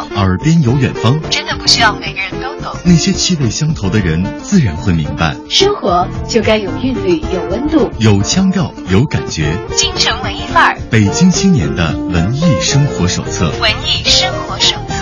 道， 耳边有远方， 真的不需要每个人都懂。 那些气味相投的人自然会明白， 生活就该有韵律，有温度， 有腔调，有感觉。 京城文艺范儿， 北京青年的文艺生活手册。 文艺生活手册。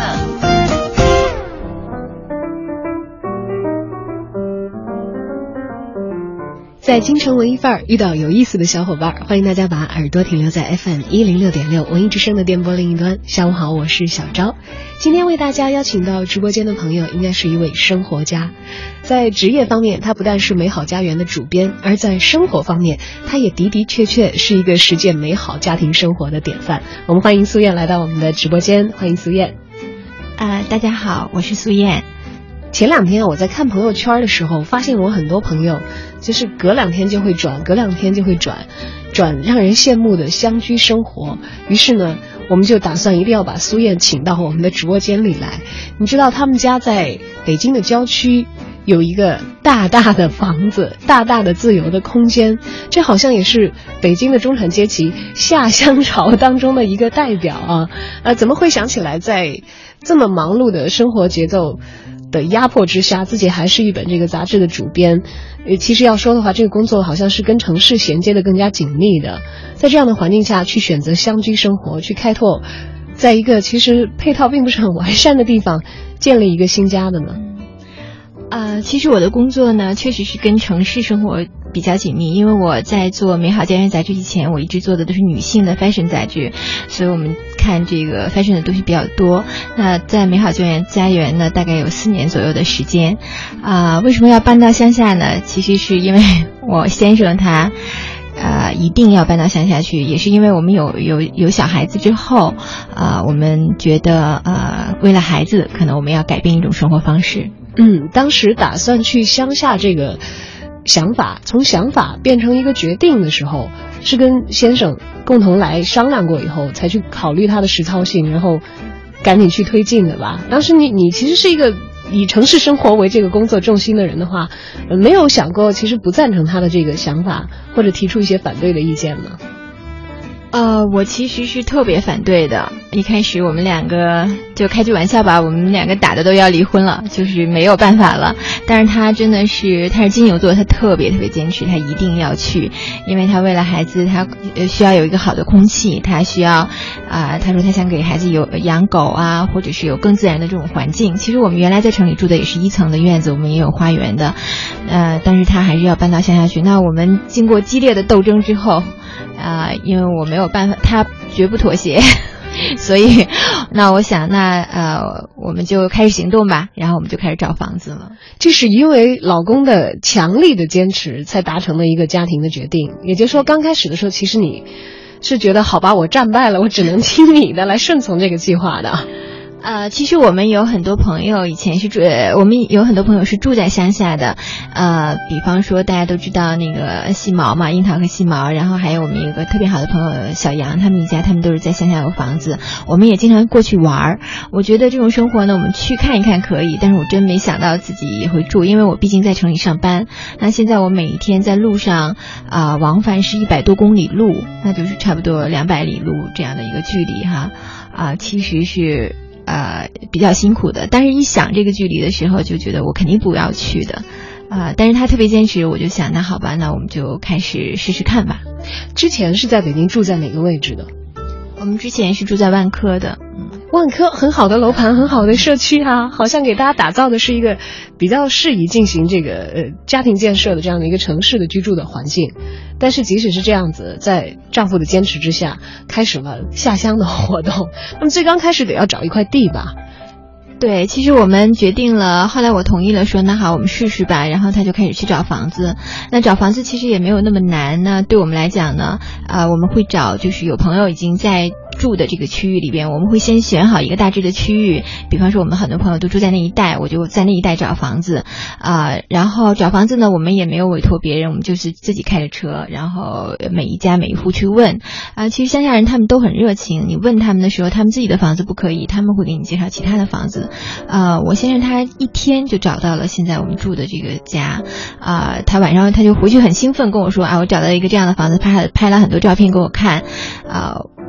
在京城文艺范儿遇到有意思的小伙伴，欢迎大家把耳朵停留在 FM106.6 文艺之声的电波另一端。下午好，我是小昭。今天为大家邀请到直播间的朋友，应该是一位生活家。在职业方面，他不但是美好家园的主编，而在生活方面，他也的的确确是一个实践美好家庭生活的典范。我们欢迎苏燕来到我们的直播间，欢迎苏燕。 大家好，我是苏燕。 前两天我在看朋友圈的时候，发现我很多朋友就是隔两天就会转让人羡慕的乡居生活。于是呢，我们就打算一定要把苏燕请到我们的直播间里来。你知道他们家在北京的郊区有一个大大的房子，大大的自由的空间，这好像也是北京的中产阶级下乡潮当中的一个代表啊。怎么会想起来在这么忙碌的生活节奏的压迫之下，自己还是一本这个杂志的主编。其实要说的话，这个工作好像是跟城市衔接的更加紧密的。在这样的环境下去选择乡居生活，去开拓在一个其实配套并不是很完善的地方建立一个新家的呢？ 其实我的工作呢，确实是跟城市生活比较紧密，因为我在做美好家园杂志之前，我一直做的都是女性的 fashion 杂志，所以我们看这个 fashion 的东西比较多。那在美好家园呢，大概有4年左右的时间。为什么要搬到乡下呢？其实是因为我先生他一定要搬到乡下去，也是因为我们有小孩子之后，我们觉得为了孩子，可能我们要改变一种生活方式。 当时打算去乡下这个想法，从想法变成一个决定的时候，是跟先生共同来商量过以后，才去考虑它的实操性，然后赶紧去推进的吧。当时你其实是一个以城市生活为这个工作重心的人的话，没有想过其实不赞成他的这个想法，或者提出一些反对的意见呢？ 我其实是特别反对的。一开始我们两个就开句玩笑吧，我们两个打的都要离婚了，就是没有办法了。但是他是金牛座，他特别特别坚持，他一定要去，因为他为了孩子，他需要有一个好的空气，他需要他说他想给孩子有养狗啊，或者是有更自然的这种环境。其实我们原来在城里住的也是1层的院子，我们也有花园的，但是他还是要搬到乡下去。那我们经过激烈的斗争之后，因为我没有办法，他绝不妥协，所以那我想我们就开始行动吧，然后我们就开始找房子了。 这是因为老公的强力的坚持才达成了一个家庭的决定，也就是说刚开始的时候其实你是觉得好吧，我战败了，我只能听你的，来顺从这个计划的。 其实我们有很多朋友以前是我们有很多朋友是住在乡下的，比方说大家都知道那个细毛嘛，樱桃和细毛，然后还有我们有个特别好的朋友小杨，他们一家他们都是在乡下有房子，我们也经常过去玩。我觉得这种生活呢，我们去看一看可以，但是我真没想到自己也会住，因为我毕竟在城里上班。那现在我每一天在路上往返是100多公里路，那就是差不多200里路这样的一个距离哈，其实是比较辛苦的，但是一想这个距离的时候，就觉得我肯定不要去的，但是他特别坚持，我就想那好吧，那我们就开始试试看吧。 之前是在北京住在哪个位置的？ 我们之前是住在万科的。 万科很好的楼盘，很好的社区啊，好像给大家打造的是一个比较适宜进行这个家庭建设的这样的一个城市的居住的环境。但是即使是这样子，在丈夫的坚持之下，开始了下乡的活动。那么最刚开始得要找一块地吧？ 对，其实我们决定了，后来我同意了，说那好，我们试试吧。然后他就开始去找房子。那找房子其实也没有那么难呢。对我们来讲呢，我们会找就是有朋友已经在住的这个区域里边，我们会先选好一个大致的区域，比方说我们很多朋友都住在那一带，我就在那一带找房子然后找房子呢，我们也没有委托别人，我们就是自己开着车，然后每一家每一户去问其实乡下人他们都很热情，你问他们的时候，他们自己的房子不可以，他们会给你介绍其他的房子我先生他1天就找到了现在我们住的这个家他晚上他就回去很兴奋跟我说我找到一个这样的房子，拍了很多照片给我看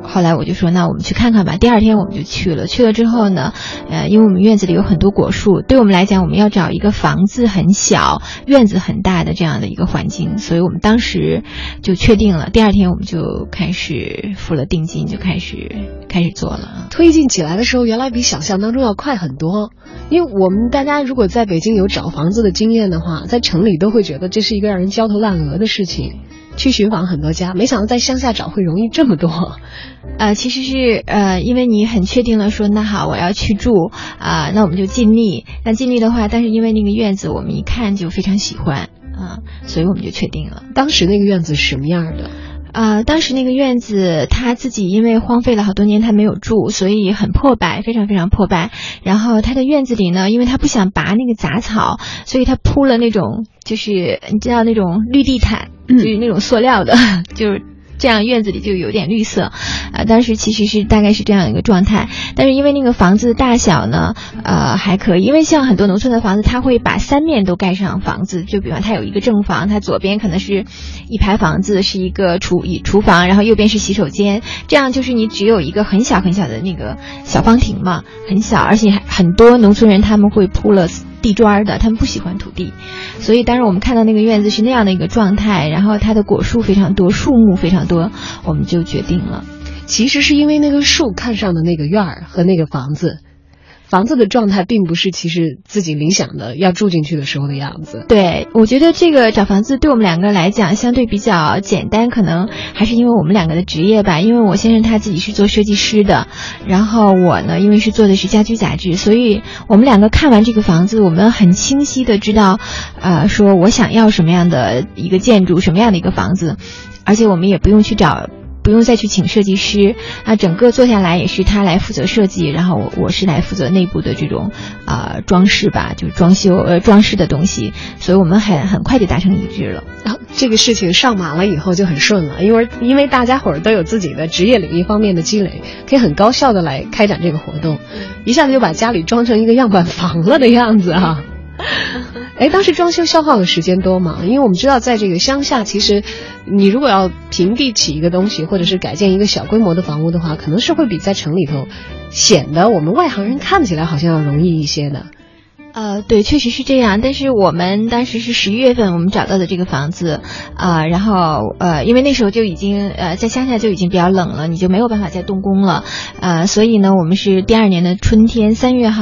后来我就说那我们去看看吧，第二天我们就去了之后呢，因为我们院子里有很多果树，对我们来讲我们要找一个房子很小院子很大的这样的一个环境，所以我们当时就确定了，第二天我们就开始付了定金，就开始做了。 推进起来的时候原来比想象当中要快很多，因为我们大家如果在北京有找房子的经验的话，在城里都会觉得这是一个让人焦头烂额的事情，去寻访很多家，没想到在乡下找会容易这么多。 其实是因为你很确定了说那好我要去住那我们就尽力，那尽力的话，但是因为那个院子我们一看就非常喜欢所以我们就确定了。 当时那个院子是什么样的？ 当时那个院子他自己因为荒废了好多年他没有住，所以很破败，非常非常破败。然后他的院子里呢，因为他不想拔那个杂草，所以他铺了那种就是你知道那种绿地毯，就是那种塑料的就是这样院子里就有点绿色当时其实是大概是这样一个状态。但是因为那个房子的大小呢还可以，因为像很多农村的房子他会把三面都盖上房子，就比方他有一个正房，他左边可能是一排房子是一个厨房，然后右边是洗手间，这样就是你只有一个很小很小的那个小方亭嘛，很小，而且很多农村人他们会铺了地砖的，他们不喜欢土地，所以当时我们看到那个院子是那样的一个状态，然后它的果树非常多，树木非常多，我们就决定了。 其实是因为那个树看上的那个院儿和那个房子的状态并不是其实自己理想的要住进去的时候的样子。 对，我觉得这个找房子对我们两个来讲相对比较简单，可能还是因为我们两个的职业吧。因为我先生他自己是做设计师的，然后我呢因为是做的是家居杂志，所以我们两个看完这个房子，我们很清晰的知道说我想要什么样的一个建筑，什么样的一个房子，而且我们也不用再去请设计师整个做下来也是他来负责设计，然后我是来负责内部的这种装饰吧，就是装修装饰的东西，所以我们很快就达成一致了。 这个事情上马了以后就很顺了，因为大家伙儿都有自己的职业领域方面的积累，可以很高效的来开展这个活动，一下子就把家里装成一个样板房了的样子当时装修消耗的时间多吗？因为我们知道在这个乡下，其实你如果要平地起一个东西，或者是改建一个小规模的房屋的话，可能是会比在城里头显得我们外行人看起来好像要容易一些的。 对，确实是这样。但是我们当时是11月份我们找到的这个房子然后因为那时候就已经在乡下就已经比较冷了，你就没有办法再动工了所以呢我们是第二年的春天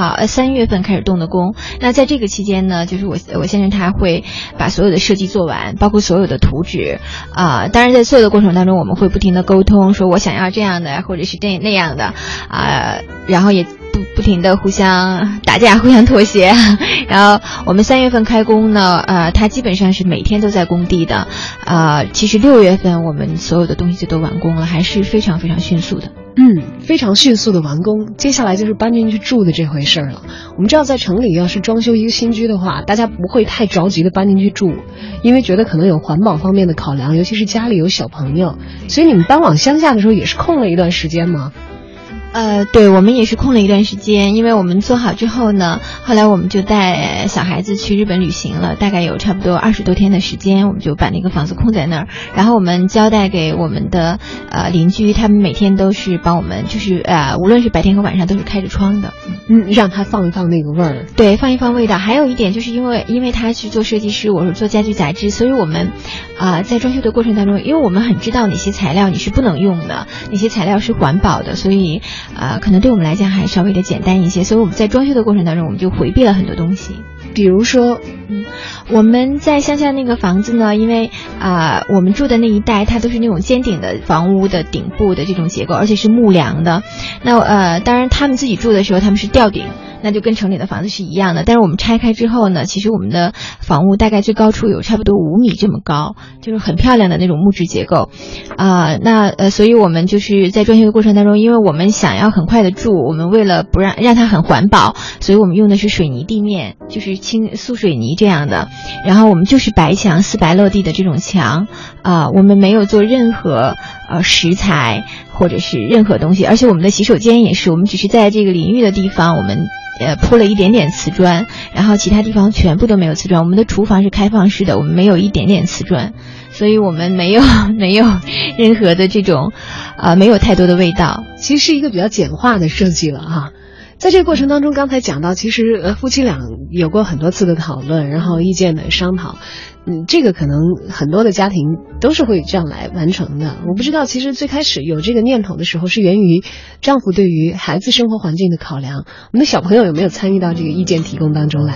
3月份开始动的工。那在这个期间呢，就是我先生他会把所有的设计做完，包括所有的图纸当然在做的过程当中我们会不停的沟通，说我想要这样的或者是那样的然后也不停的互相打架，互相妥协然后我们3月份开工呢他基本上是每天都在工地的其实6月份我们所有的东西就都完工了，还是非常非常迅速的。 非常迅速的完工，接下来就是搬进去住的这回事了。我们知道在城里要是装修一个新居的话，大家不会太着急的搬进去住，因为觉得可能有环保方面的考量，尤其是家里有小朋友，所以你们搬往乡下的时候也是空了一段时间吗？ 对，我们也是空了一段时间，因为我们做好之后呢，后来我们就带小孩子去日本旅行了，大概有差不多20多天的时间，我们就把那个房子空在那儿，然后我们交代给我们的邻居，他们每天都是帮我们，就是无论是白天和晚上都是开着窗的， 让他放一放那个味儿。 对，放一放味道。还有一点就是因为他是做设计师，我是做家居杂志，所以我们在装修的过程当中，因为我们很知道哪些材料你是不能用的，哪些材料是环保的，所以可能对我们来讲还稍微的简单一些，所以我们在装修的过程当中我们就回避了很多东西。 比如说我们在乡下那个房子呢，因为我们住的那一带它都是那种尖顶的房屋的顶部的这种结构，而且是木梁的。那当然他们自己住的时候他们是吊顶，那就跟城里的房子是一样的，但是我们拆开之后呢，其实我们的房屋大概最高处有差不多5米这么高，就是很漂亮的那种木质结构所以我们就是在装修的过程当中，因为我们想要很快的住，我们为了不让它很环保，所以我们用的是水泥地面，就是素水泥这样的，然后我们就是白墙4白落地的这种墙我们没有做任何石材或者是任何东西，而且我们的洗手间也是，我们只是在这个淋浴的地方我们铺了一点点瓷砖，然后其他地方全部都没有瓷砖。我们的厨房是开放式的，我们没有一点点瓷砖， 所以我们没有任何的这种没有太多的味道， 其实是一个比较简化的设计了哈。在这个过程当中，刚才讲到，其实夫妻俩有过很多次的讨论，然后意见的商讨，这个可能很多的家庭都是会这样来完成的。我不知道，其实最开始有这个念头的时候，是源于丈夫对于孩子生活环境的考量。我们的小朋友有没有参与到这个意见提供当中来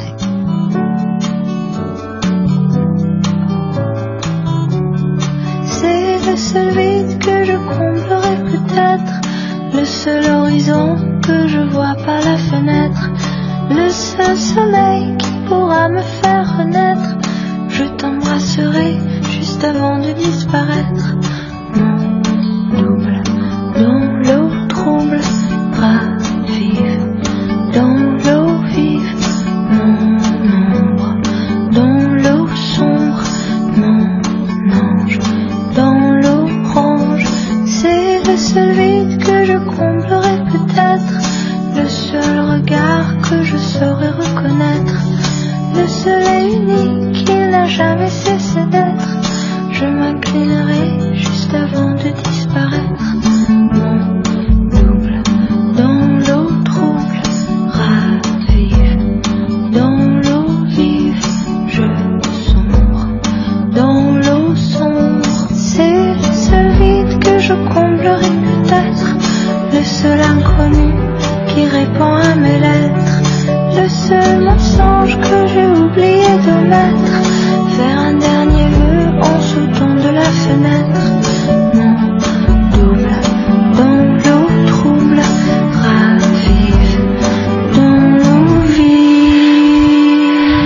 ？Le seul vide que je comblerai peut-être, le seul horizon que je vois par la fenêtre, le seul soleil qui pourra me faire renaître. Je t'embrasserai juste avant de disparaître. Mon double dans l'eau trouble, bras vive dans l'eau vive, mon ombre dans l'eau sombre, mon ange dans l'orange. C'est le seul vide que je comblerai peut-être, le seul regard que je saurai reconnaître, le seul et unique qui n'a jamais cessé d'être. Je m'inclinerai juste avant de disparaître. Mon double dans l'eau trouble, ravive dans l'eau vive, je sombre dans l'eau sombre. C'est le seul vide que je comblerai peut-être, le seul inconnu qui répond à mes lettres, le seul mensonge que j'ai oublié de mettre, faire un dernier vœu en sautant de la fenêtre. Mon double dans l'eau trouble, ravive dans l'eau vive.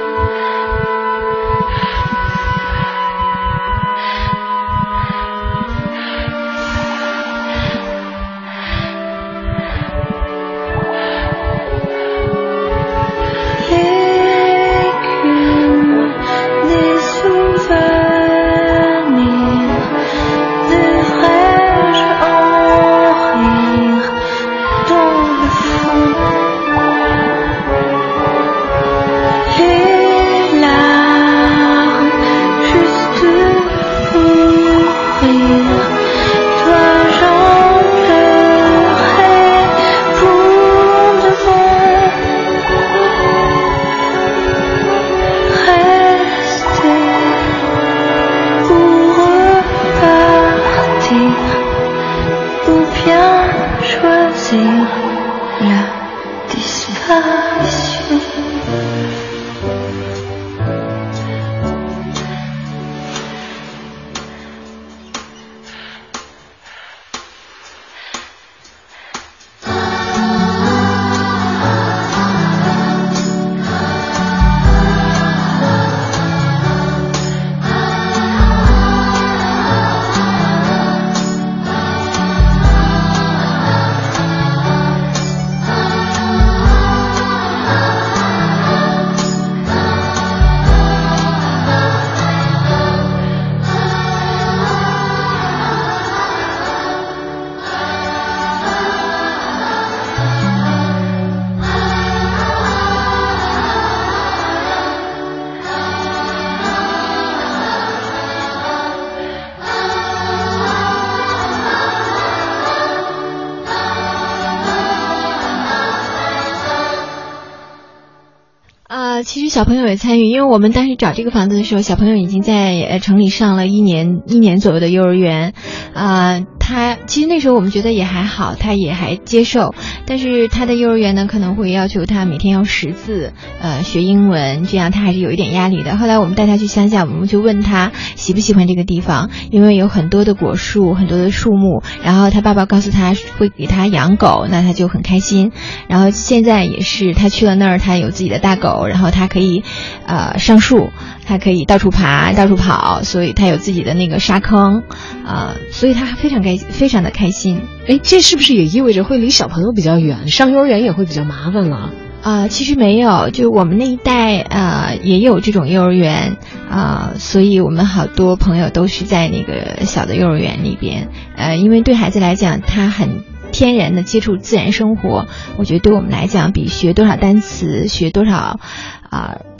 其实小朋友也参与，因为我们当时找这个房子的时候，小朋友已经在城里上了一年左右的幼儿园，他其实那时候我们觉得也还好，他也还接受，但是他的幼儿园呢可能会要求他每天要识字，学英文，这样他还是有一点压力的。后来我们带他去乡下，我们就问他喜不喜欢这个地方，因为有很多的果树，很多的树木，然后他爸爸告诉他会给他养狗，那他就很开心。然后现在也是他去了那儿，他有自己的大狗，然后他可以上树，他可以到处爬到处跑，所以他有自己的那个沙坑，所以他非常的开心。 这是不是也意味着会离小朋友比较远，上幼儿园也会比较麻烦了？ 其实没有，就我们那一代也有这种幼儿园所以我们好多朋友都是在那个小的幼儿园里边，因为对孩子来讲，他很天然的接触自然生活，我觉得对我们来讲比学多少单词，学多少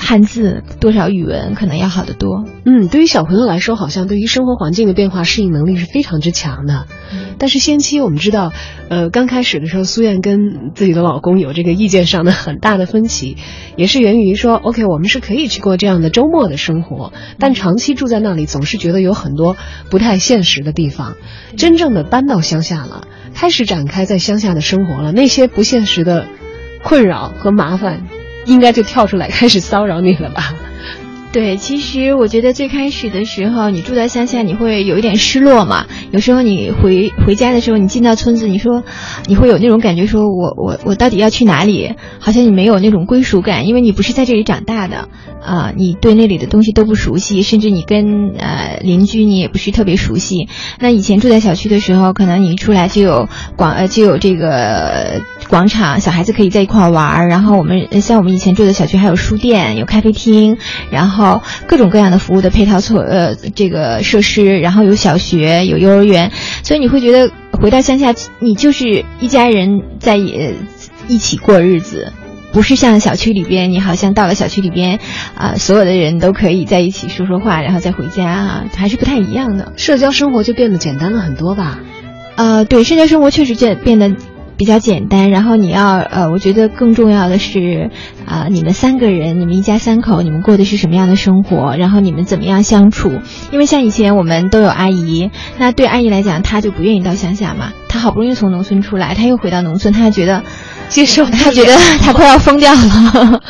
汉字、多少语文可能要好得多。 对于小朋友来说，好像对于生活环境的变化适应能力是非常之强的。但是先期我们知道，刚开始的时候，苏燕跟自己的老公有这个意见上的很大的分歧，也是源于说 OK 我们是可以去过这样的周末的生活，但长期住在那里总是觉得有很多不太现实的地方。真正的搬到乡下了，开始展开在乡下的生活了，那些不现实的困扰和麻烦应该就跳出来开始骚扰你了吧。 对，其实我觉得最开始的时候，你住在乡下，你会有一点失落嘛。有时候你回家的时候，你进到村子，你说你会有那种感觉，说我到底要去哪里？好像你没有那种归属感，因为你不是在这里长大的，你对那里的东西都不熟悉，甚至你跟邻居你也不是特别熟悉。那以前住在小区的时候，可能你一出来就有这个广场，小孩子可以在一块玩，然后我们以前住的小区还有书店，有咖啡厅，然后各种各样的服务的配套这个设施，然后有小学有幼儿园，所以你会觉得回到乡下你就是一家人在一起过日子，不是像小区里边你好像到了小区里边所有的人都可以在一起说说话然后再回家还是不太一样的。 社交生活就变得简单了很多吧。 对，社交生活确实变得比较简单，然后你要我觉得更重要的是你们3个人，你们一家3口，你们过的是什么样的生活，然后你们怎么样相处。因为像以前我们都有阿姨，那对阿姨来讲她就不愿意到乡下嘛，她好不容易从农村出来，她又回到农村，她觉得接受， 她觉得她快要疯掉了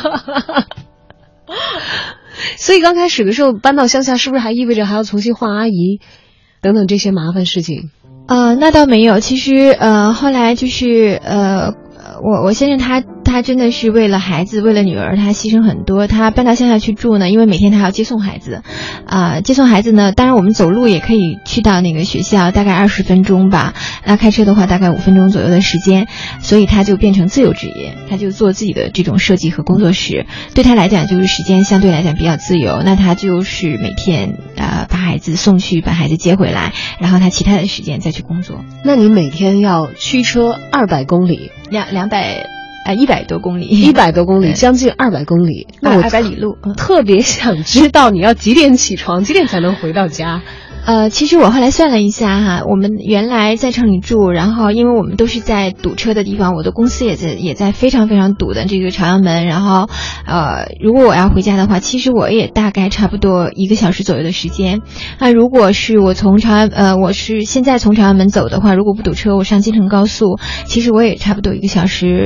所以刚开始的时候搬到乡下，是不是还意味着还要重新换阿姨等等这些麻烦事情？ 那倒没有，其实后来就是我先生他真的是为了孩子，为了女儿，他牺牲很多。他搬到乡下去住呢，因为每天他要接送孩子，接送孩子呢，当然我们走路也可以去到那个学校，大概20分钟吧。那开车的话，大概5分钟左右的时间，所以他就变成自由职业，他就做自己的这种设计和工作室。对他来讲，就是时间相对来讲比较自由。那他就是每天把孩子送去，把孩子接回来，然后他其他的时间再去工作。 那你每天要驱车200公里 ，100多公里 ，100多公里，将近200公里， 那我200里路， 特别想知道你要几点起床，几点才能回到家？ 其实我后来算了一下哈，我们原来在城里住，然后因为我们都是在堵车的地方，我的公司也在非常非常堵的这个朝阳门，然后如果我要回家的话，其实我也大概差不多1个小时左右的时间。那如果是我从我是现在从朝阳门走的话，如果不堵车，我上京承高速，其实我也差不多1个小时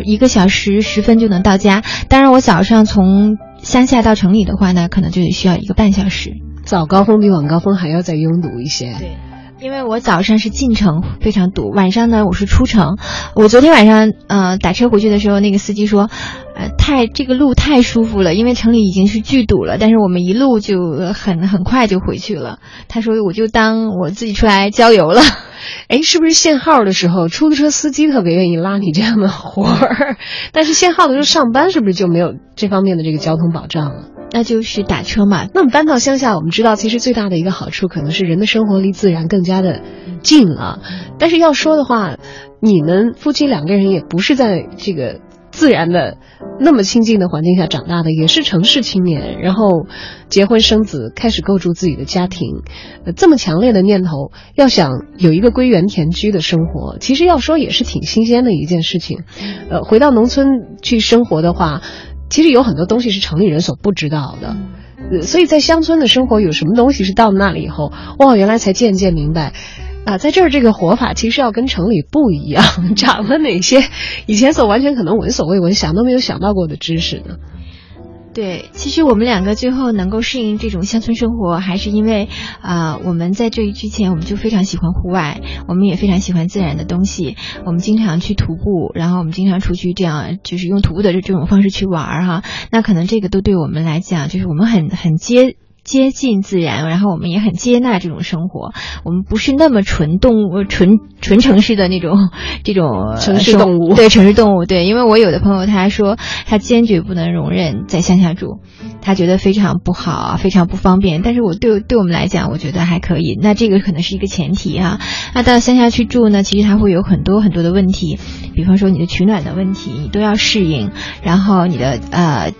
10分就能到家。当然我早上从乡下到城里的话呢，可能就需要1个半小时。 早高峰比晚高峰还要再拥堵一些。 对，因为我早上是进城非常堵，晚上呢我是出城。我昨天晚上打车回去的时候，那个司机说这个路太舒服了，因为城里已经是巨堵了，但是我们一路就很快就回去了。他说我就当我自己出来郊游了。 是不是限号的时候出租车司机特别愿意拉你这样的活儿？但是限号的时候上班是不是就没有这方面的这个交通保障了？ 那就是打车嘛。 那么搬到乡下，我们知道其实最大的一个好处可能是人的生活离自然更加的近了。但是要说的话，你们夫妻2个人也不是在这个自然的那么亲近的环境下长大的，也是城市青年，然后结婚生子，开始构筑自己的家庭。这么强烈的念头，要想有一个归园田居的生活，其实要说也是挺新鲜的一件事情。回到农村去生活的话，其实有很多东西是城里人所不知道的。所以在乡村的生活有什么东西是到那里以后，哇，原来才渐渐明白在这儿这个活法其实要跟城里不一样，长了哪些以前所完全可能闻所未闻，想都没有想到过的知识呢？ 对，其实我们2个最后能够适应这种乡村生活，还是因为我们在这一之前我们就非常喜欢户外，我们也非常喜欢自然的东西，我们经常去徒步，然后我们经常出去这样就是用徒步的这种方式去玩哈。那可能这个都对我们来讲，就是我们很接近自然，然后我们也很接纳这种生活。我们不是那么纯城市的这种城市动物。 对，城市动物。对，因为我有的朋友他说他坚决不能容忍在乡下住，他觉得非常不好，非常不方便。但是对我们来讲，我觉得还可以。那这个可能是一个前提哈。那到乡下去住呢，其实它会有很多很多的问题，比方说你的取暖的问题，你都要适应，然后你的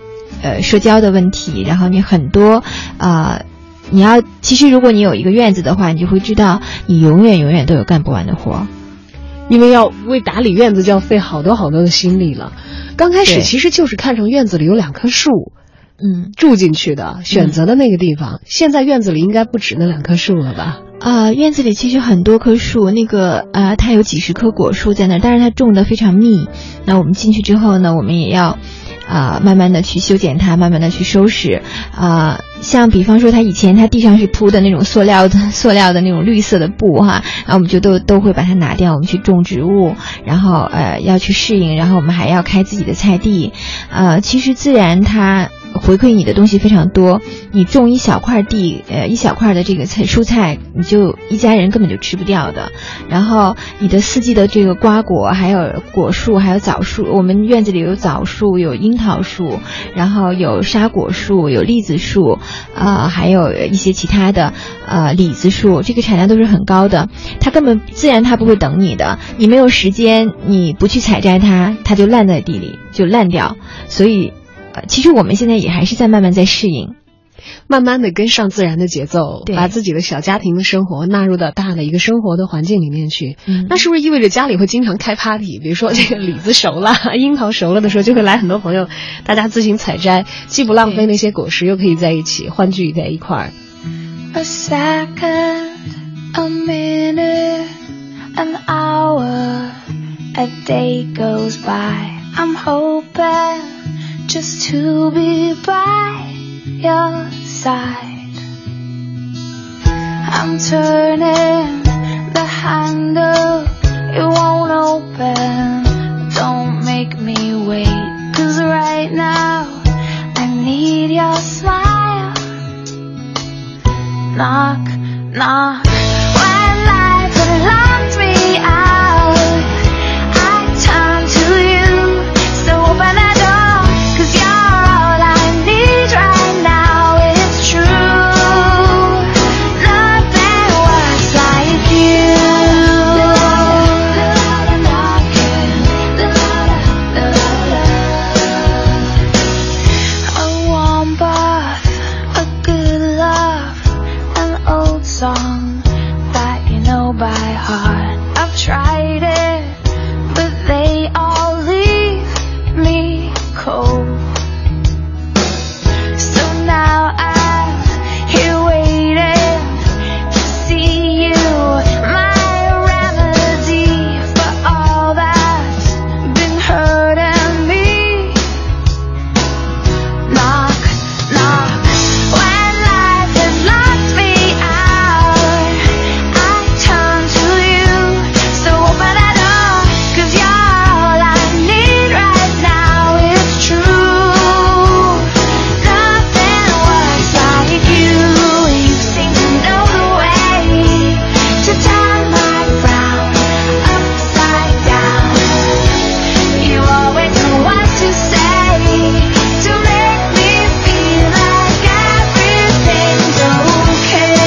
社交的问题，然后你很多其实如果你有一个院子的话，你就会知道你永远都有干不完的活， 因为要为打理院子就要费好多的心力了。刚开始其实就是看上院子里有2棵树，住进去的，选择的那个地方。现在院子里应该不止那2棵树了吧？ 院子里其实很多棵树，它有几十棵果树在那儿，但是它种得非常密。那我们进去之后呢，我们也要慢慢的去修剪它，慢慢的去收拾。像比方说它以前它地上是铺的那种塑料的那种绿色的布哈，然后我们就都会把它拿掉，我们去种植物，然后要去适应，然后我们还要开自己的菜地。其实自然它回馈你的东西非常多，你种一小块地，一小块的这个蔬菜，你就一家人根本就吃不掉的。然后你的四季的这个瓜果，还有果树，还有枣树，我们院子里有枣树，有樱桃树，然后有沙果树，有栗子树，还有一些其他的李子树，这个产量都是很高的。它根本自然它不会等你的，你没有时间，你不去采摘它，它就烂在地里，就烂掉。所以其实我们现在也还是在慢慢在适应， 慢慢的跟上自然的节奏，把自己的小家庭的生活纳入到大的一个生活的环境里面去。那是不是意味着家里会经常开 party？ 比如说这个李子熟了，樱桃熟了的时候，就会来很多朋友，大家自行采摘，既不浪费那些果实，又可以在一起欢聚在一块儿。 A second, a minute, an hour, a day goes by. I'm hoping just to be by your side. I'm turning the handle, it won't open. Don't make me wait, 'cause right now I need your smile. Knock, knock, when life had locked me out, I turn to you, so open that door, 'cause you're all I need right now. It's true, nothing works like you. A warm bath, a good love, an old song that you know by heart. I've tried it, but they all leave me cold. So now I'm here waiting to see you, my remedy for all that's been hurting me. Knock, knock, when life has locked me out, I turn to you, so open that door, 'cause you're all I need right now. It's true, nothing works like you. You seem to know the way to turn my frown upside down. You always know what to say to make me feel like everything's okay.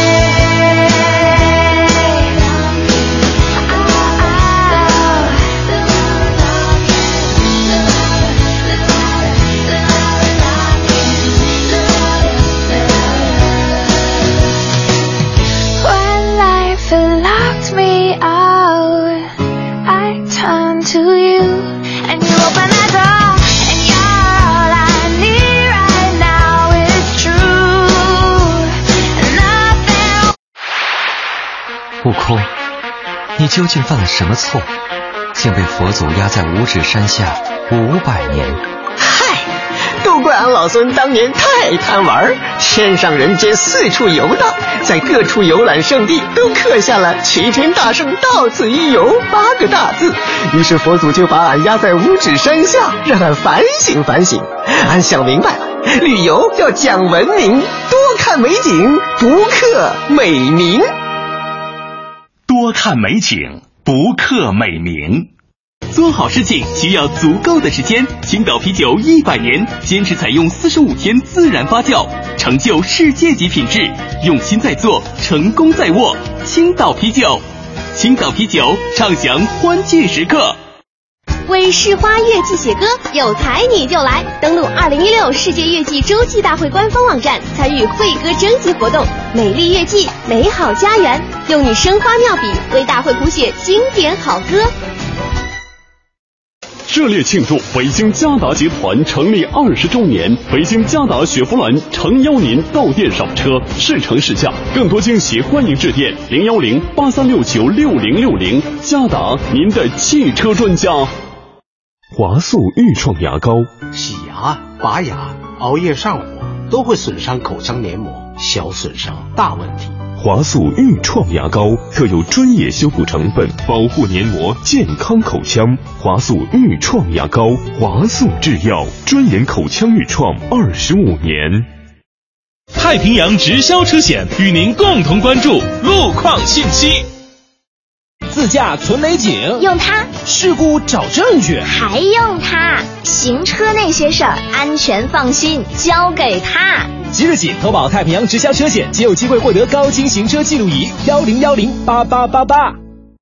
When life had locked me out, I turn to you, and you open that door, and you're all I need right now. It's true, nothing. 悟空，你究竟犯了什么错，竟被佛祖压在五指山下500年？ 嗨，都怪俺老孙当年太贪玩，天上人间四处游荡，在各处游览胜地都刻下了齐天大圣到此一游8个大字。于是佛祖就把俺压在五指山下，让俺反省反省。俺想明白了，旅游要讲文明，多看美景，不刻美名。 多看美景，不刻美名。做好事情需要足够的时间。青岛啤酒100年，坚持采用45天自然发酵，成就世界级品质，用心在做，成功在握。青岛啤酒，青岛啤酒，畅享欢聚时刻。 为市花月季写歌，有才你就来！登录2016世界月季洲际大会官方网站，参与会歌征集活动，美丽月季，美好家园，用你生花妙笔为大会谱写经典好歌。 热烈庆祝北京嘉达集团成立20周年，北京嘉达雪佛兰诚邀您到店赏车，试乘试驾，更多惊喜欢迎致电010-8369-6060。嘉达，您的汽车专家。 华素愈创牙膏， 洗牙、拔牙、熬夜上火都会损伤口腔黏膜，小损伤大问题。 华素愈创牙膏特有专业修补成分，保护黏膜，健康口腔。华素愈创牙膏，华素制药，专研口腔愈创25年。 太平洋直销车险与您共同关注路况信息。 自驾存美景， 用它； 事故找证据， 还用它；行车那些事儿，安全放心，交给它。 即日起投保太平洋直销车险，即有机会获得高清行车记录仪10108888。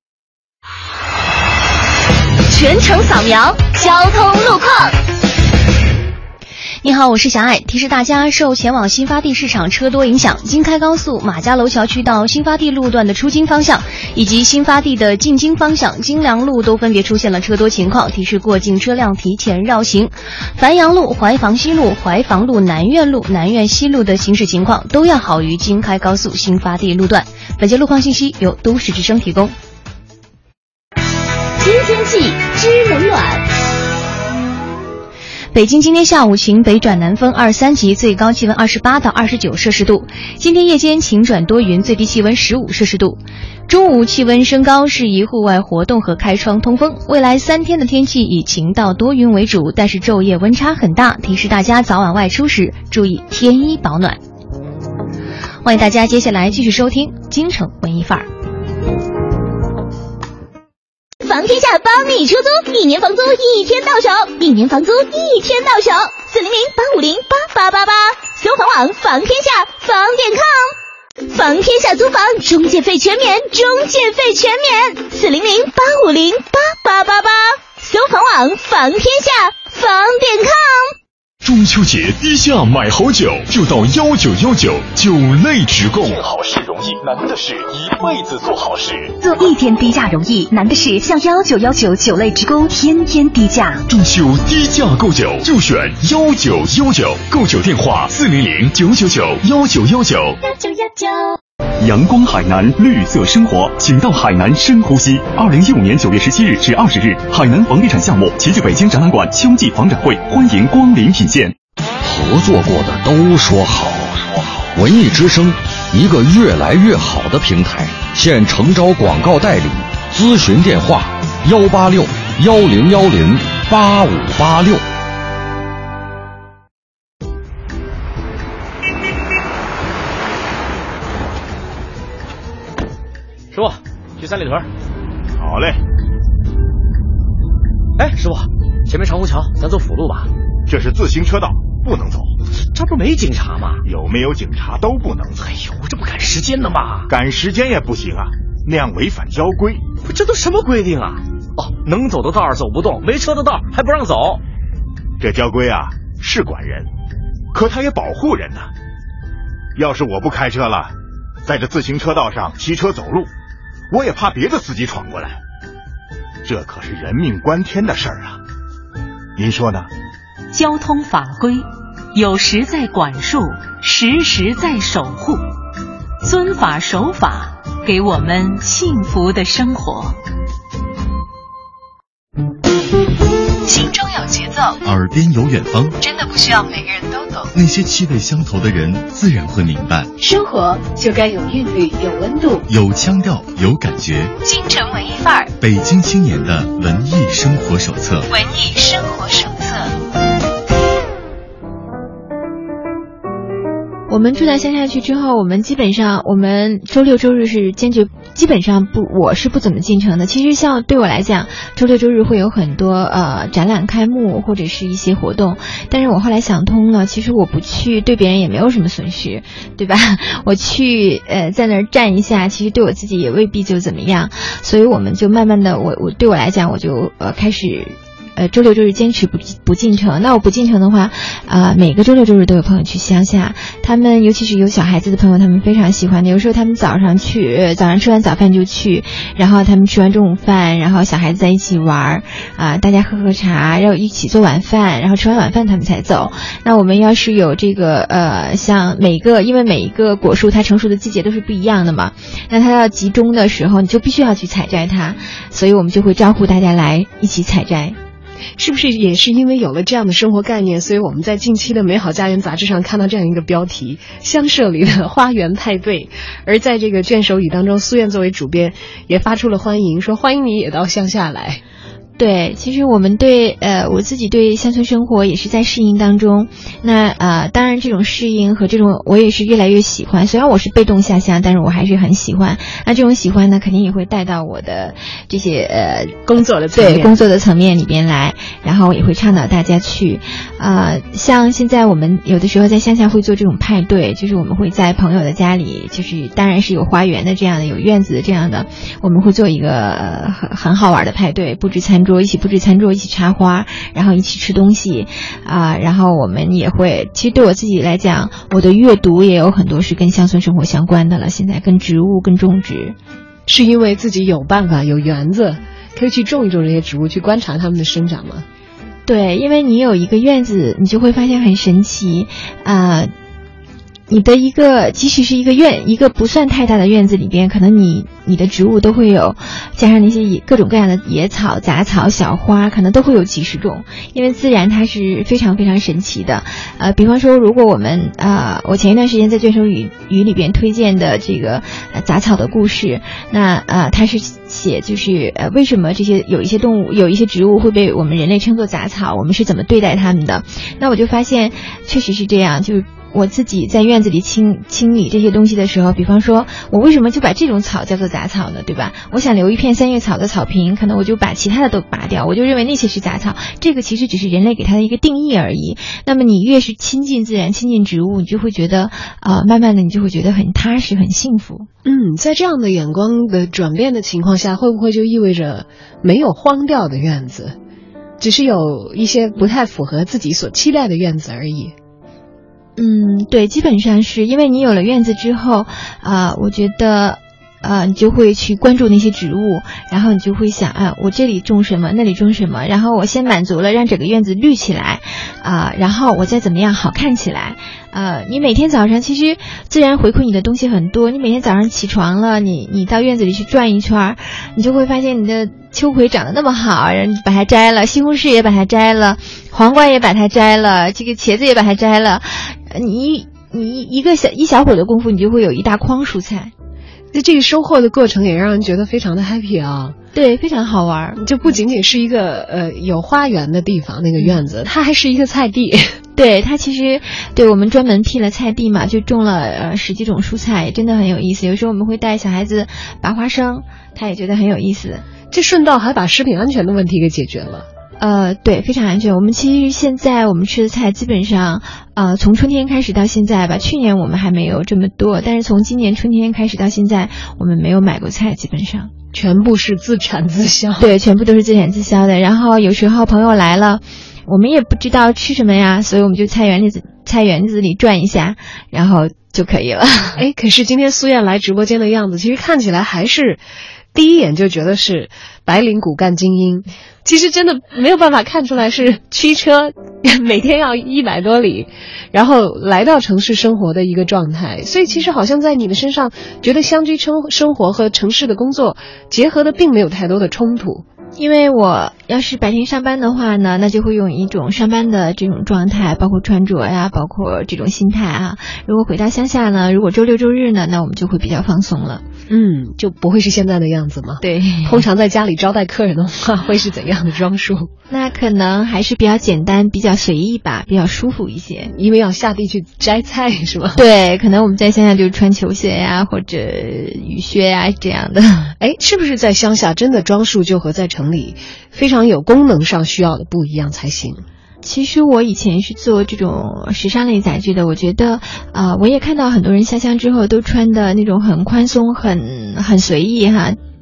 全程扫描交通路况。 你好，我是小爱。提示大家，受前往新发地市场车多影响，京开高速马家楼桥区到新发地路段的出京方向，以及新发地的进京方向京良路都分别出现了车多情况，提示过境车辆提前绕行。繁阳路、怀房西路、怀房路、南苑路、南苑西路的行驶情况都要好于京开高速新发地路段。本节路况信息由都市之声提供。 新天气知冷暖。 北京今天下午晴北转南风2-3级，最高气温28到29摄氏度。今天夜间晴转多云，最低气温15摄氏度。中午气温升高，适宜户外活动和开窗通风。未来3天的天气以晴到多云为主，但是昼夜温差很大，提示大家早晚外出时注意添衣保暖。欢迎大家接下来继续收听京城文艺范儿。 房天下帮你出租，1年房租1天到手，1年房租1天到手，400-850-8888，搜房网房天下房点 com， 房天下租房中介费全免，400-850-8888，搜房网房天下房点 com。 中秋节低价买好酒，就到1919酒类直供。 做好事容易，难的是一辈子做好事。 做1天低价容易，难的是向1919酒类直供，天天低价。 中秋低价购酒就选1919，购酒电话400-999-1919。 阳光海南，绿色生活，请到海南深呼吸。2015年9月17日至20日，海南房地产项目齐聚北京展览馆秋季房展会，欢迎光临品鉴。 合作过的都说好，文艺之声，一个越来越好的平台，现诚招广告代理，咨询电话186-1010-8586。 师傅，去三里屯。 好嘞。 哎，师傅，前面长虹桥，咱走辅路吧。 这是自行车道，不能走。 这不没警察吗？ 有没有警察都不能走。 哎呦，这不赶时间的吗？ 赶时间也不行啊，那样违反交规。 这都什么规定啊？哦，能走的道走不动，没车的道还不让走。 这交规啊是管人，可它也保护人呢。要是我不开车了，在这自行车道上骑车走路，我也怕别的司机闯过来，这可是人命关天的事儿啊！您说呢？ 交通法规有时在管束，时时在守护，遵法守法，给我们幸福的生活。 心中有节奏， 耳边有远方， 真的不需要每个人都懂。 那些气味相投的人自然会明白， 生活就该有韵律，有温度， 有腔调，有感觉。 京城文艺范儿， 北京青年的文艺生活手册。 文艺生活手册。 我们住在乡下区之后，我们基本上我们周六周日是坚决基本上不，我是不怎么进城的。其实像对我来讲，周六周日会有很多展览开幕或者是一些活动，但是我后来想通了，其实我不去对别人也没有什么损失，对吧？我去在那儿站一下，其实对我自己也未必就怎么样，所以我们就慢慢的，我对我来讲，我就开始周六周日坚持不进城。那我不进城的话，每个周六周日都有朋友去乡下，他们尤其是有小孩子的朋友，他们非常喜欢的。有时候他们早上吃完早饭就去，然后他们吃完中午饭，然后小孩子在一起玩大家喝茶，然后一起做晚饭，然后吃完晚饭他们才走。那我们要是有这个像因为每一个果树它成熟的季节都是不一样的嘛，那它要集中的时候你就必须要去采摘它，所以我们就会招呼大家来一起采摘。 是不是也是因为有了这样的生活概念，所以我们在近期的美好家园杂志上看到这样一个标题，乡舍里的花园派对。而在这个卷首语当中，苏燕作为主编也发出了欢迎，说欢迎你也到乡下来。 对，其实我们对我自己对乡村生活也是在适应当中。那当然这种适应和这种我也是越来越喜欢。虽然我是被动下乡，但是我还是很喜欢。那这种喜欢呢，肯定也会带到我的这些工作的层面， 对工作的层面里边来。然后也会倡导大家去像现在我们有的时候在乡下会做这种派对，就是我们会在朋友的家里，就是当然是有花园的这样的，有院子的这样的，我们会做一个很好玩的派对，布置餐桌，一起布置餐桌，一起插花，然后一起吃东西然后我们也会，其实对我自己来讲，我的阅读也有很多是跟乡村生活相关的了。现在跟植物跟种植， 是因为自己有办法有园子可以去种一种这些植物，去观察它们的生长吗？ 对，因为你有一个院子，你就会发现很神奇你的即使是一个不算太大的院子里边，可能你的植物都会有，加上那些各种各样的野草、杂草、小花，可能都会有几十种。因为自然它是非常非常神奇的。比方说，如果我们我前一段时间在卷首语里边推荐的这个杂草的故事，那它是写就是为什么有一些动物、有一些植物会被我们人类称作杂草，我们是怎么对待它们的。那我就发现确实是这样，就是我自己在院子里清理这些东西的时候，比方说我为什么就把这种草叫做杂草呢，对吧？我想留一片三叶草的草坪，可能我就把其他的都拔掉，我就认为那些是杂草。这个其实只是人类给它的一个定义而已。那么你越是亲近自然、亲近植物，你就会觉得慢慢的你就会觉得很踏实、很幸福。 在这样的眼光的转变的情况下，会不会就意味着没有荒掉的院子，只是有一些不太符合自己所期待的院子而已？ 对，基本上是因为你有了院子之后我觉得你就会去关注那些植物，然后你就会想我这里种什么，那里种什么，然后我先满足了让整个院子绿起来然后我再怎么样好看起来。你每天早上其实自然回馈你的东西很多，你每天早上起床了，你到院子里去转一圈，你就会发现你的秋葵长得那么好，然后你把它摘了，西红柿也把它摘了，黄瓜也把它摘了，这个茄子也把它摘了，你一小会儿的功夫，你就会有一大筐蔬菜。 这个收获的过程也让人觉得非常的 happy 啊。 对，非常好玩。 就不仅仅是一个有花园的地方，那个院子它还是一个菜地。 对，它其实对我们专门辟了菜地嘛，就种了10几种蔬菜，真的很有意思。有时候我们会带小孩子拔花生，他也觉得很有意思。 这顺道还把食品安全的问题给解决了。 对，非常安全。我们其实现在我们吃的菜基本上从春天开始到现在吧，去年我们还没有这么多，但是从今年春天开始到现在，我们没有买过菜，基本上全部是自产自销。 对，全部都是自产自销的。然后有时候朋友来了，我们也不知道吃什么呀，所以我们就菜园子里转一下，然后就可以了。 可是今天苏燕来直播间的样子，其实看起来还是第一眼就觉得是白领骨干精英，其实真的没有办法看出来是驱车每天要100多里，然后来到城市生活的一个状态。所以其实好像在你的身上觉得乡居生活和城市的工作结合的并没有太多的冲突。 因为我要是白天上班的话呢，那就会用一种上班的这种状态，包括穿着呀，包括这种心态如果回到乡下呢，如果周六周日呢，那我们就会比较放松了。 就不会是现在的样子吗？ 对， 通常在家里招待客人的话，会是怎样的装束？ 那可能还是比较简单，比较随意吧，比较舒服一些。 因为要下地去摘菜是吗？ 对，可能我们在乡下就穿球鞋呀，或者雨靴呀这样的。 是不是在乡下真的装束就和在城里非常有功能上需要的不一样才行？ 其实我以前是做这种时尚类杂志的，我觉得我也看到很多人下乡之后都穿的那种很宽松很随意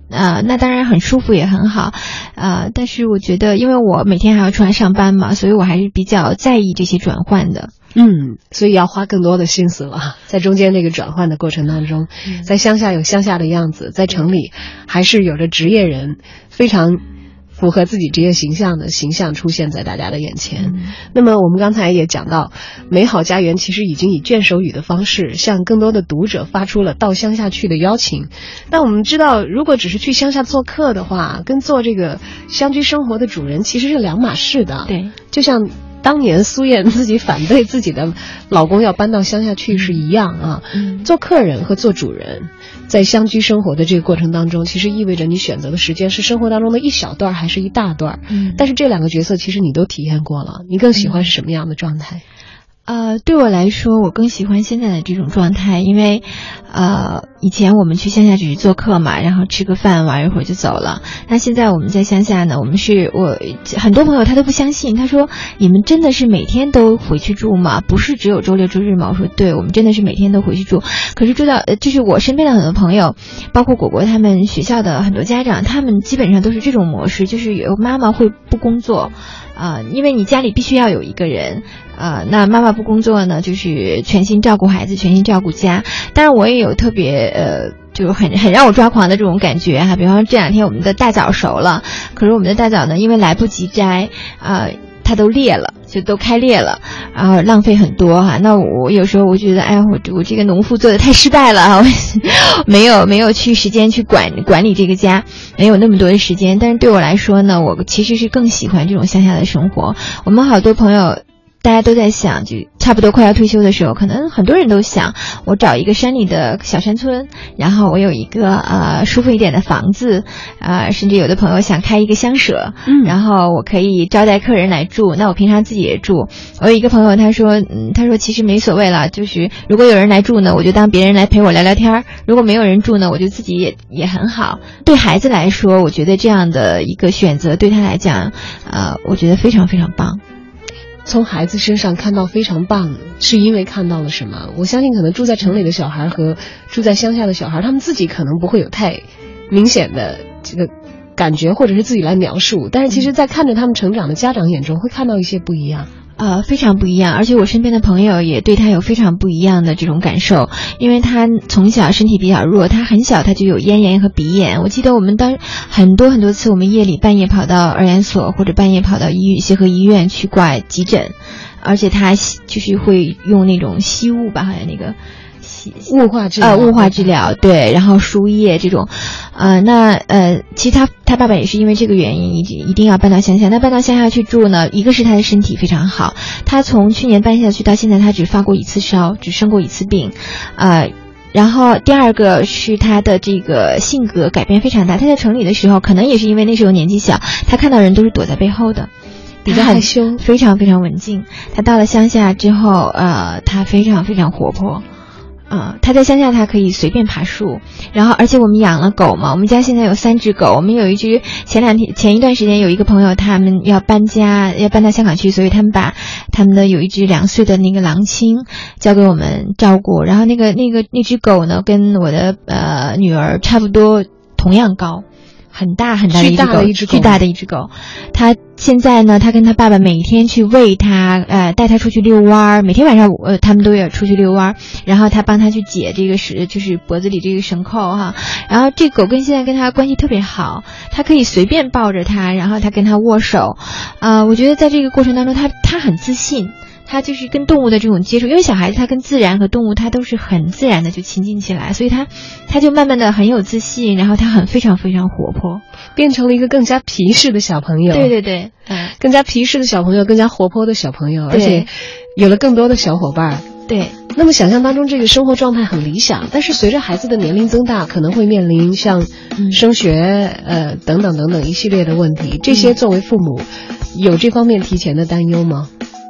那当然很舒服也很好，但是我觉得因为我每天还要出来上班嘛，所以我还是比较在意这些转换的。 所以要花更多的心思了，在中间这个转换的过程当中，在乡下有乡下的样子，在城里还是有着职业人非常符合自己职业形象的形象出现在大家的眼前。那么我们刚才也讲到，美好家园其实已经以卷首语的方式向更多的读者发出了到乡下去的邀请。但我们知道，如果只是去乡下做客的话，跟做这个乡居生活的主人其实是两码事的。 对， 就像当年苏燕自己反对自己的老公要搬到乡下去是一样啊。做客人和做主人在乡居生活的这个过程当中，其实意味着你选择的时间是生活当中的一小段还是一大段。但是这两个角色其实你都体验过了，你更喜欢是什么样的状态？ 对我来说，我更喜欢现在的这种状态，因为以前我们去乡下只是做客嘛，然后吃个饭玩一会儿就走了。那现在我们在乡下呢，我很多朋友他都不相信，他说你们真的是每天都回去住吗？不是只有周六周日吗？我说对，我们真的是每天都回去住。可是住到就是我身边的很多朋友，包括果果他们学校的很多家长，他们基本上都是这种模式，就是有妈妈会不工作。因为你家里必须要有一个人，那妈妈不工作呢，就是全心照顾孩子，全心照顾家。当然我也有特别就很让我抓狂的这种感觉哈，比方说这两天我们的大枣熟了，可是我们的大枣呢，因为来不及摘，它都裂了，就都开裂了，然后浪费很多哈。那我有时候我觉得，哎，我这个农妇做的太失败了啊，没有去时间去管理这个家，没有那么多的时间。但是对我来说呢，我其实是更喜欢这种乡下的生活。我们好多朋友大家都在想，就差不多快要退休的时候，可能很多人都想，我找一个山里的小山村，然后我有一个舒服一点的房子，甚至有的朋友想开一个乡舍，然后我可以招待客人来住，那我平常自己也住。我有一个朋友他说其实没所谓了，就是如果有人来住呢，我就当别人来陪我聊聊天，如果没有人住呢，我就自己也很好。对孩子来说，我觉得这样的一个选择对他来讲，我觉得非常非常棒。 从孩子身上看到非常棒，是因为看到了什么？我相信可能住在城里的小孩和住在乡下的小孩，他们自己可能不会有太明显的这个感觉，或者是自己来描述，但是其实在看着他们成长的家长眼中会看到一些不一样。 非常不一样，而且我身边的朋友也对他有非常不一样的这种感受，因为他从小身体比较弱，他很小他就有咽炎和鼻炎。我记得我们当很多次，我们半夜跑到儿研所或者半夜跑到协和医院去挂急诊，而且他就是会用那种吸雾吧，好像那个雾化治疗对，然后输液这种，其实他爸爸也是因为这个原因一定要搬到乡下。那搬到乡下去住呢，一个是他的身体非常好，他从去年搬下去到现在他只发过一次烧，只生过一次病，然后第二个是他的这个性格改变非常大。他在城里的时候，可能也是因为那时候年纪小，他看到人都是躲在背后的， 比较害羞， 非常非常文静。他到了乡下之后，他非常非常活泼。他在乡下他可以随便爬树，然后而且我们养了狗嘛，我们家现在有3只狗，我们有一只前一段时间有一个朋友他们要搬家，要搬到香港去，所以他们把他们的有一只2岁的那个狼青交给我们照顾，然后那只狗呢跟我的女儿差不多同样高，很大很大的一只狗，巨大的一只狗。他现在呢，他跟他爸爸每天去喂他，带他出去遛弯，每天晚上他们都要出去遛弯，然后他帮他去解这个就是脖子里这个绳扣哈。然后这狗现在跟他关系特别好，他可以随便抱着他，然后他跟他握手，我觉得在这个过程当中他很自信。他就是跟动物的这种接触，因为小孩子他跟自然和动物他都是很自然的就亲近起来，所以他就慢慢的很有自信，然后他非常非常活泼， 变成了一个更加皮实的小朋友。 对对对， 更加皮实的小朋友，更加活泼的小朋友，而且有了更多的小伙伴。 对， 那么想象当中这个生活状态很理想，但是随着孩子的年龄增大，可能会面临像升学等等等等一系列的问题，这些作为父母有这方面提前的担忧吗？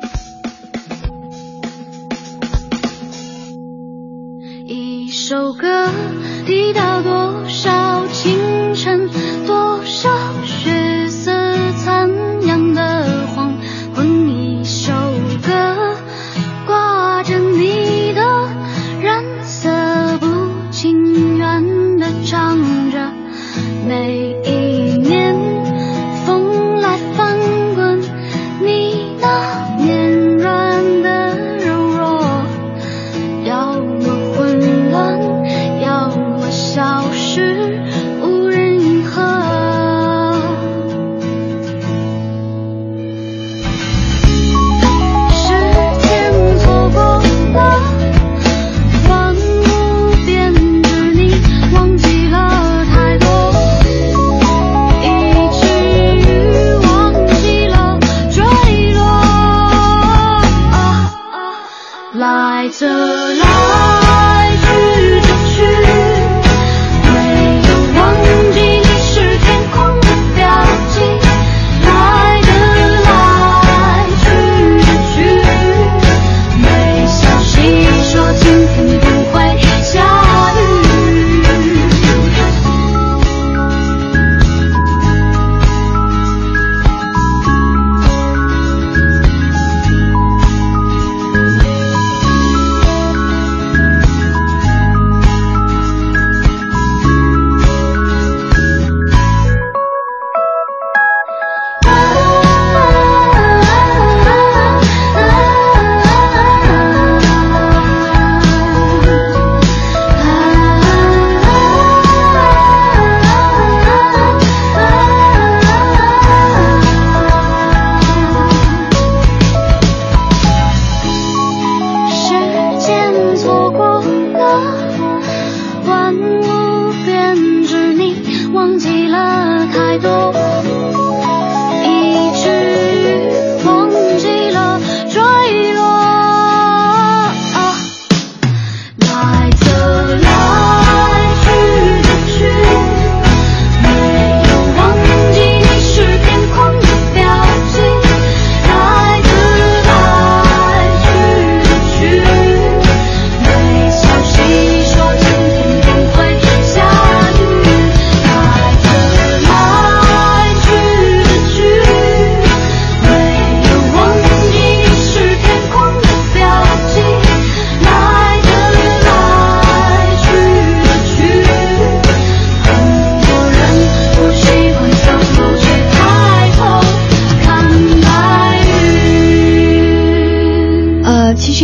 一首歌提到多少清晨，多少血色残阳的黄昏，一首歌挂着你的染色，不情愿地唱着，没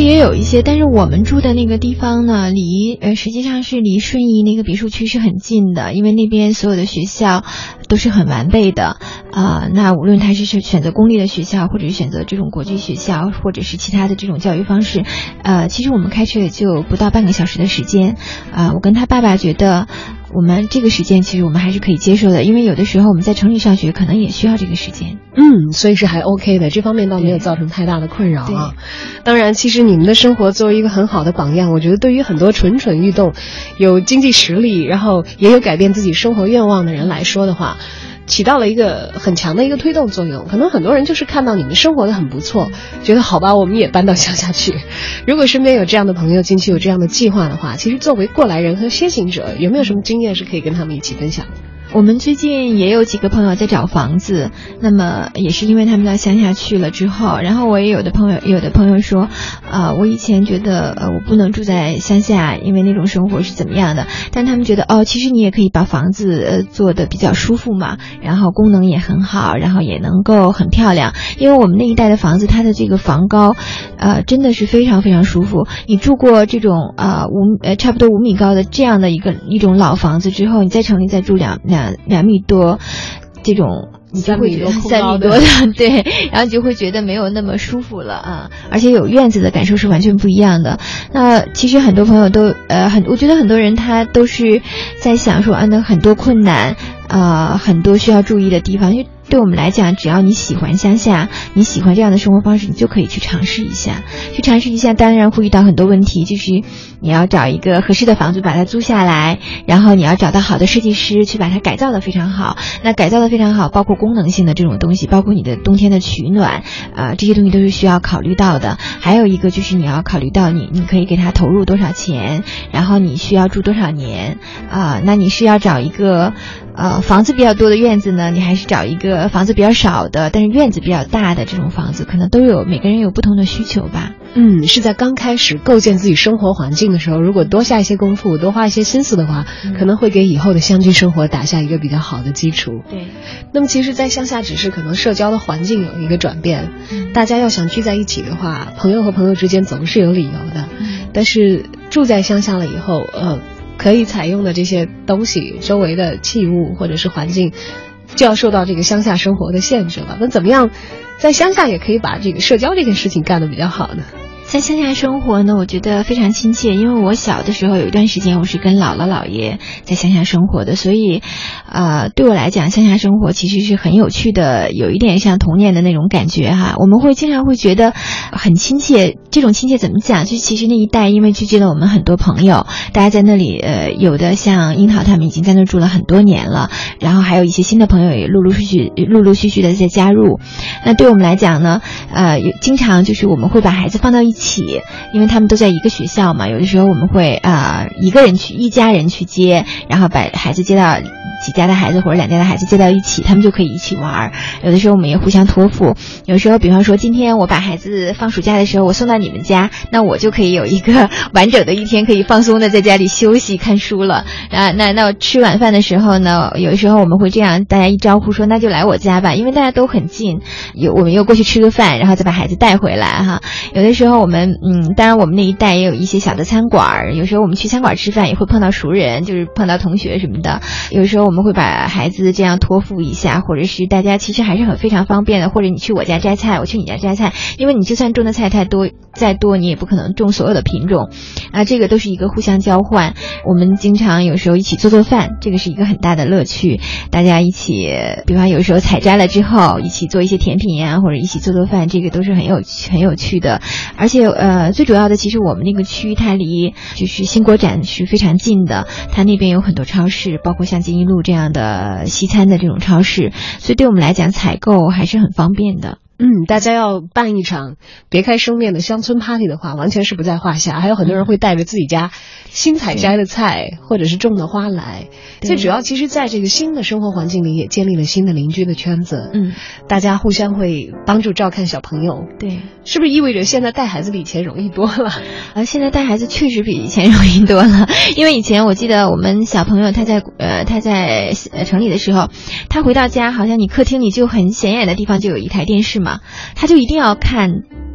实也有一些，但是我们住的那个地方呢，实际上是离顺义那个别墅区是很近的，因为那边所有的学校都是很完备的那无论他是选择公立的学校，或者是选择这种国际学校，或者是其他的这种教育方式，其实我们开车也就不到半个小时的时间我跟他爸爸觉得我们这个时间其实我们还是可以接受的，因为有的时候我们在城里上学可能也需要这个时间。 所以是还 OK 的，这方面倒没有造成太大的困扰啊。当然，其实你们的生活作为一个很好的榜样，我觉得对于很多蠢蠢欲动、有经济实力，然后也有改变自己生活愿望的人来说的话，起到了一个很强的一个推动作用。可能很多人就是看到你们生活的很不错，觉得好吧，我们也搬到乡下去。如果身边有这样的朋友，近期有这样的计划的话，其实作为过来人和先行者，有没有什么经验是可以跟他们一起分享的？ 我们最近也有几个朋友在找房子，那么也是因为他们到乡下去了之后，然后我也有的朋友说我以前觉得我不能住在乡下，因为那种生活是怎么样的，但他们觉得其实你也可以把房子做得比较舒服嘛，然后功能也很好，然后也能够很漂亮，因为我们那一带的房子它的这个房高真的是非常非常舒服。你住过这种差不多5米高的这样的一种老房子之后，你在城里再住2米多这种，你就会觉得3米多的对，然后就会觉得没有那么舒服了而且有院子的感受是完全不一样的。那其实很多朋友都我觉得很多人他都是在想说那很多困难很多需要注意的地方，因为对我们来讲，只要你喜欢乡下，你喜欢这样的生活方式，你就可以去尝试一下。当然会遇到很多问题，就是你要找一个合适的房子把它租下来，然后你要找到好的设计师去把它改造得非常好。那改造得非常好，包括功能性的这种东西，包括你的冬天的取暖这些东西都是需要考虑到的。还有一个就是你要考虑到你可以给它投入多少钱，然后你需要住多少年那你是要找一个房子比较多的院子呢，你还是找一个房子比较少的但是院子比较大的这种房子，可能都有每个人有不同的需求吧。 是在刚开始构建自己生活环境的时候，如果多下一些功夫，多花一些心思的话，可能会给以后的乡居生活打下一个比较好的基础。 对。 那么其实在乡下只是可能社交的环境有一个转变，大家要想聚在一起的话，朋友和朋友之间总是有理由的。但是住在乡下了以后可以采用的这些东西，周围的器物或者是环境就要受到这个乡下生活的限制了。那怎么样在乡下也可以把这个社交这件事情干得比较好呢？ 在乡下生活呢，我觉得非常亲切，因为我小的时候有一段时间我是跟姥姥姥爷在乡下生活的，所以对我来讲乡下生活其实是很有趣的，有一点像童年的那种感觉我们会经常会觉得很亲切。这种亲切怎么讲，就其实那一带因为聚集了我们很多朋友，大家在那里有的像樱桃他们已经在那住了很多年了，然后还有一些新的朋友也陆陆续续的在加入。那对我们来讲呢经常就是我们会把孩子放到一起，因为他们都在一个学校嘛，有的时候我们会一家人去接，然后把孩子接到几家的孩子或者2家的孩子接到一起，他们就可以一起玩。有的时候我们也互相托付，有时候比方说今天我把孩子放暑假的时候我送到你们家，那我就可以有一个完整的一天可以放松的在家里休息看书了那吃晚饭的时候呢，有的时候我们会这样，大家一招呼说那就来我家吧，因为大家都很近，我们又过去吃个饭，然后再把孩子带回来有的时候我们当然我们那一带也有一些小的餐馆，有时候我们去餐馆吃饭也会碰到熟人，就是碰到同学什么的，有时候我们会把孩子这样托付一下，或者是大家其实还是非常方便的，或者你去我家摘菜，我去你家摘菜，因为你就算种的菜再多你也不可能种所有的品种这个都是一个互相交换。我们经常有时候一起做饭，这个是一个很大的乐趣，大家一起比方有时候采摘了之后一起做一些甜品或者一起做饭，这个都是很有趣的。而且最主要的其实我们那个区它离就是新国展是非常近的，它那边有很多超市，包括像金一路这样的西餐的这种超市，所以对我们来讲采购还是很方便的。 大家要办一场别开生面的乡村 party 的话，完全是不在话下。还有很多人会带着自己家新采摘的菜或者是种的花来。最主要其实在这个新的生活环境里也建立了新的邻居的圈子。大家互相会帮助照看小朋友。 对， 是不是意味着现在带孩子比以前容易多了？ 现在带孩子确实比以前容易多了，因为以前我记得我们小朋友他在城里的时候，他回到家好像你客厅里就很显眼的地方就有一台电视嘛，他就一定要看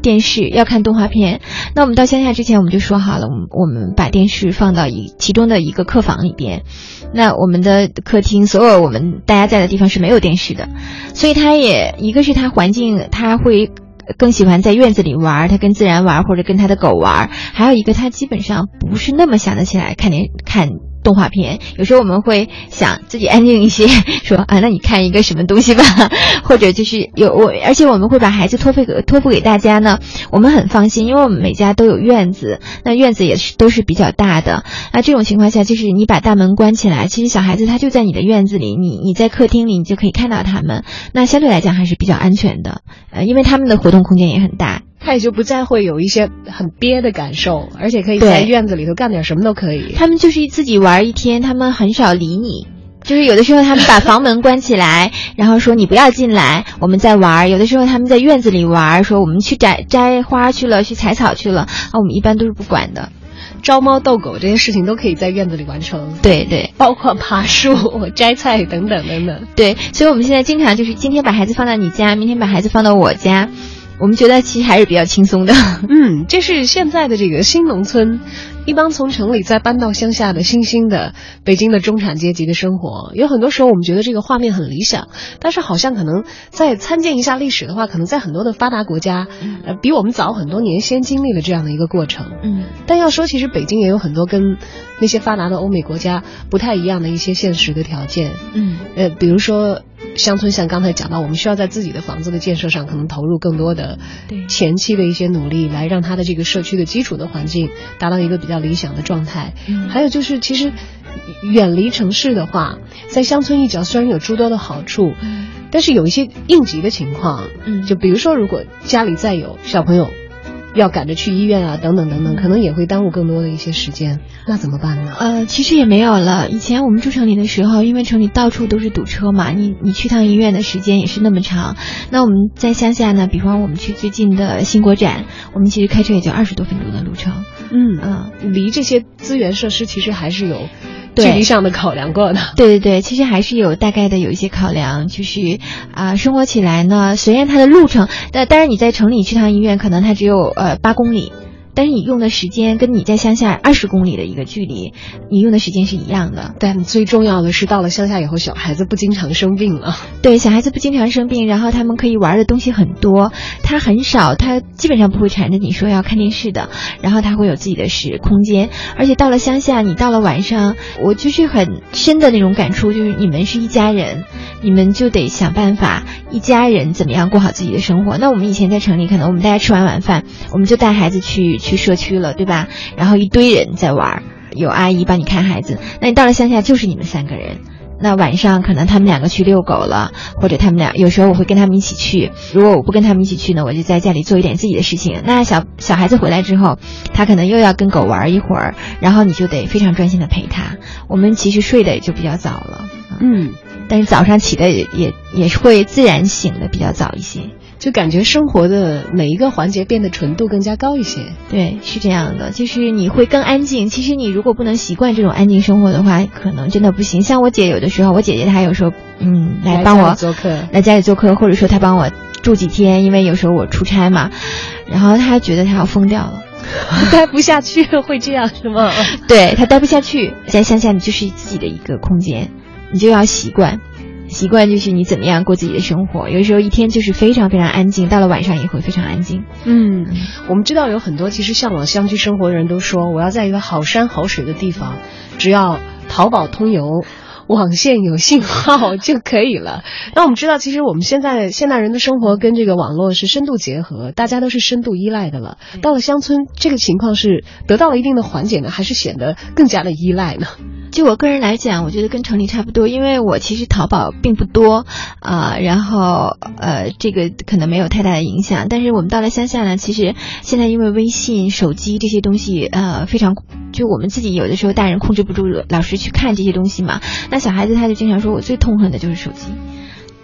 电视，要看动画片。那我们到乡下之前，我们就说好了，我们把电视放到其中的一个客房里边。那我们的客厅，所有我们大家在的地方是没有电视的，所以他也一个是他环境，他会更喜欢在院子里玩，他跟自然玩或者跟他的狗玩，还有一个他基本上不是那么想得起来看动画片。有时候我们会想自己安静一些，说啊，那你看一个什么东西吧，或者就是而且我们会把孩子托付给大家呢，我们很放心，因为我们每家都有院子，那院子也都是比较大的。那这种情况下，就是你把大门关起来，其实小孩子他就在你的院子里，你在客厅里你就可以看到他们，那相对来讲还是比较安全的，因为他们的活动空间也很大。 他也就不再会有一些很憋的感受，而且可以在院子里头干点什么都可以。 他们就是自己玩一天，他们很少理你。就是有的时候他们把房门关起来，然后说你不要进来，我们在玩。有的时候他们在院子里玩，说我们去摘花去了，去采草去了，我们一般都是不管的。 招猫逗狗这些事情都可以在院子里完成。 对对， 包括爬树、摘菜等等等等。 对，所以我们现在经常就是今天把孩子放到你家，明天把孩子放到我家。我们觉得其实还是比较轻松的。 这是现在的这个新农村，一帮从城里再搬到乡下的新兴的北京的中产阶级的生活。有很多时候我们觉得这个画面很理想，但是好像可能再参见一下历史的话，可能在很多的发达国家比我们早很多年先经历了这样的一个过程。但要说其实北京也有很多跟那些发达的欧美国家不太一样的一些现实的条件。比如说乡村，像刚才讲到，我们需要在自己的房子的建设上可能投入更多的前期的一些努力，来让它的这个社区的基础的环境达到一个比较理想的状态。还有就是其实远离城市的话，在乡村一角虽然有诸多的好处，但是有一些应急的情况。就比如说如果家里再有小朋友要赶着去医院啊，等等等等，可能也会耽误更多的一些时间，那怎么办呢？ 其实也没有了。以前我们住城里的时候，因为城里到处都是堵车嘛，你去趟医院的时间也是那么长。那我们在乡下呢，比方我们去最近的新国展，我们其实开车也就20多分钟的路程。 离这些资源设施其实还是有距离上的考量过的。 对对对，其实还是有大概的有一些考量，就是生活起来呢，虽然它的路程，当然你在城里去趟医院，可能它只有8公里。但是你用的时间跟你在乡下20公里的一个距离，你用的时间是一样的。 但最重要的是，到了乡下以后，小孩子不经常生病了。 对，小孩子不经常生病，然后他们可以玩的东西很多，他基本上不会缠着你说要看电视的，然后他会有自己的空间。而且到了乡下，你到了晚上，我就是很深的那种感触，就是你们是一家人，你们就得想办法一家人怎么样过好自己的生活。那我们以前在城里，可能我们大家吃完晚饭，我们就带孩子去社区了，对吧？然后一堆人在玩，有阿姨帮你看孩子。那你到了乡下就是你们3个人。那晚上可能他们2个去遛狗了，或者他们俩有时候我会跟他们一起去。如果我不跟他们一起去呢，我就在家里做一点自己的事情。那小孩子回来之后，他可能又要跟狗玩一会儿，然后你就得非常专心的陪他。我们其实睡得也就比较早了，但是早上起的也会自然醒的比较早一些。 就感觉生活的每一个环节变得纯度更加高一些。 对，是这样的，就是你会更安静。其实你如果不能习惯这种安静生活的话，可能真的不行。像我姐有的时候，我姐姐她有时候来帮我来家里做客，或者说她帮我住几天，因为有时候我出差嘛，然后她觉得她要疯掉了。 待不下去会这样是吗？ 对，她待不下去。在乡下你就是自己的一个空间，你就要习惯就是你怎么样过自己的生活。有的时候一天就是非常非常安静，到了晚上也会非常安静。 我们知道有很多其实向往乡居生活的人都说，我要在一个好山好水的地方，只要淘宝通邮，网线有信号就可以了。那我们知道其实我们现代人的生活跟这个网络是深度结合，大家都是深度依赖的了。到了乡村，这个情况是得到了一定的缓解呢，还是显得更加的依赖呢？ 就我个人来讲，我觉得跟城里差不多，因为我其实淘宝并不多然后这个可能没有太大的影响。但是我们到了乡下呢，其实现在因为微信、手机这些东西非常，就我们自己有的时候大人控制不住老是去看这些东西嘛。那小孩子他就经常说，我最痛恨的就是手机。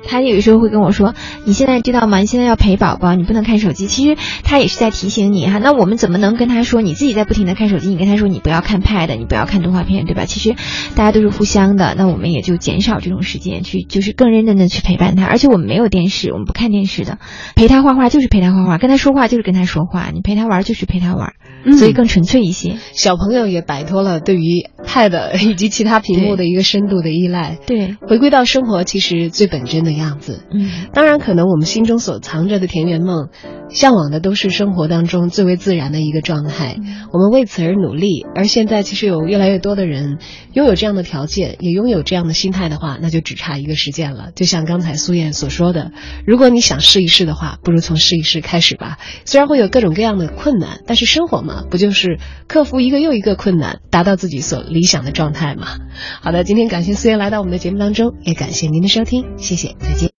他有时候会跟我说，你现在知道吗？你现在要陪宝宝，你不能看手机。其实他也是在提醒你哈。那我们怎么能跟他说，你自己在不停的看手机，你跟他说你不要看 pad， 你不要看动画片，对吧？其实大家都是互相的，那我们也就减少这种时间去，就是更认真的去陪伴他。而且我们没有电视，我们不看电视的，陪他画画就是陪他画画，跟他说话就是跟他说话，你陪他玩就是陪他玩，所以更纯粹一些。 小朋友也摆脱了对于 pad 以及其他屏幕的一个深度的依赖， 对， 回归到生活其实最本真的样子。当然可能我们心中所藏着的田园梦，向往的都是生活当中最为自然的一个状态，我们为此而努力。而现在其实有越来越多的人拥有这样的条件，也拥有这样的心态的话，那就只差一个实践了。就像刚才苏燕所说的，如果你想试一试的话，不如从试一试开始吧。虽然会有各种各样的困难，但是生活嘛，不就是克服一个又一个困难，达到自己所理想的状态嘛。好的，今天感谢苏燕来到我们的节目当中，也感谢您的收听，谢谢，再见。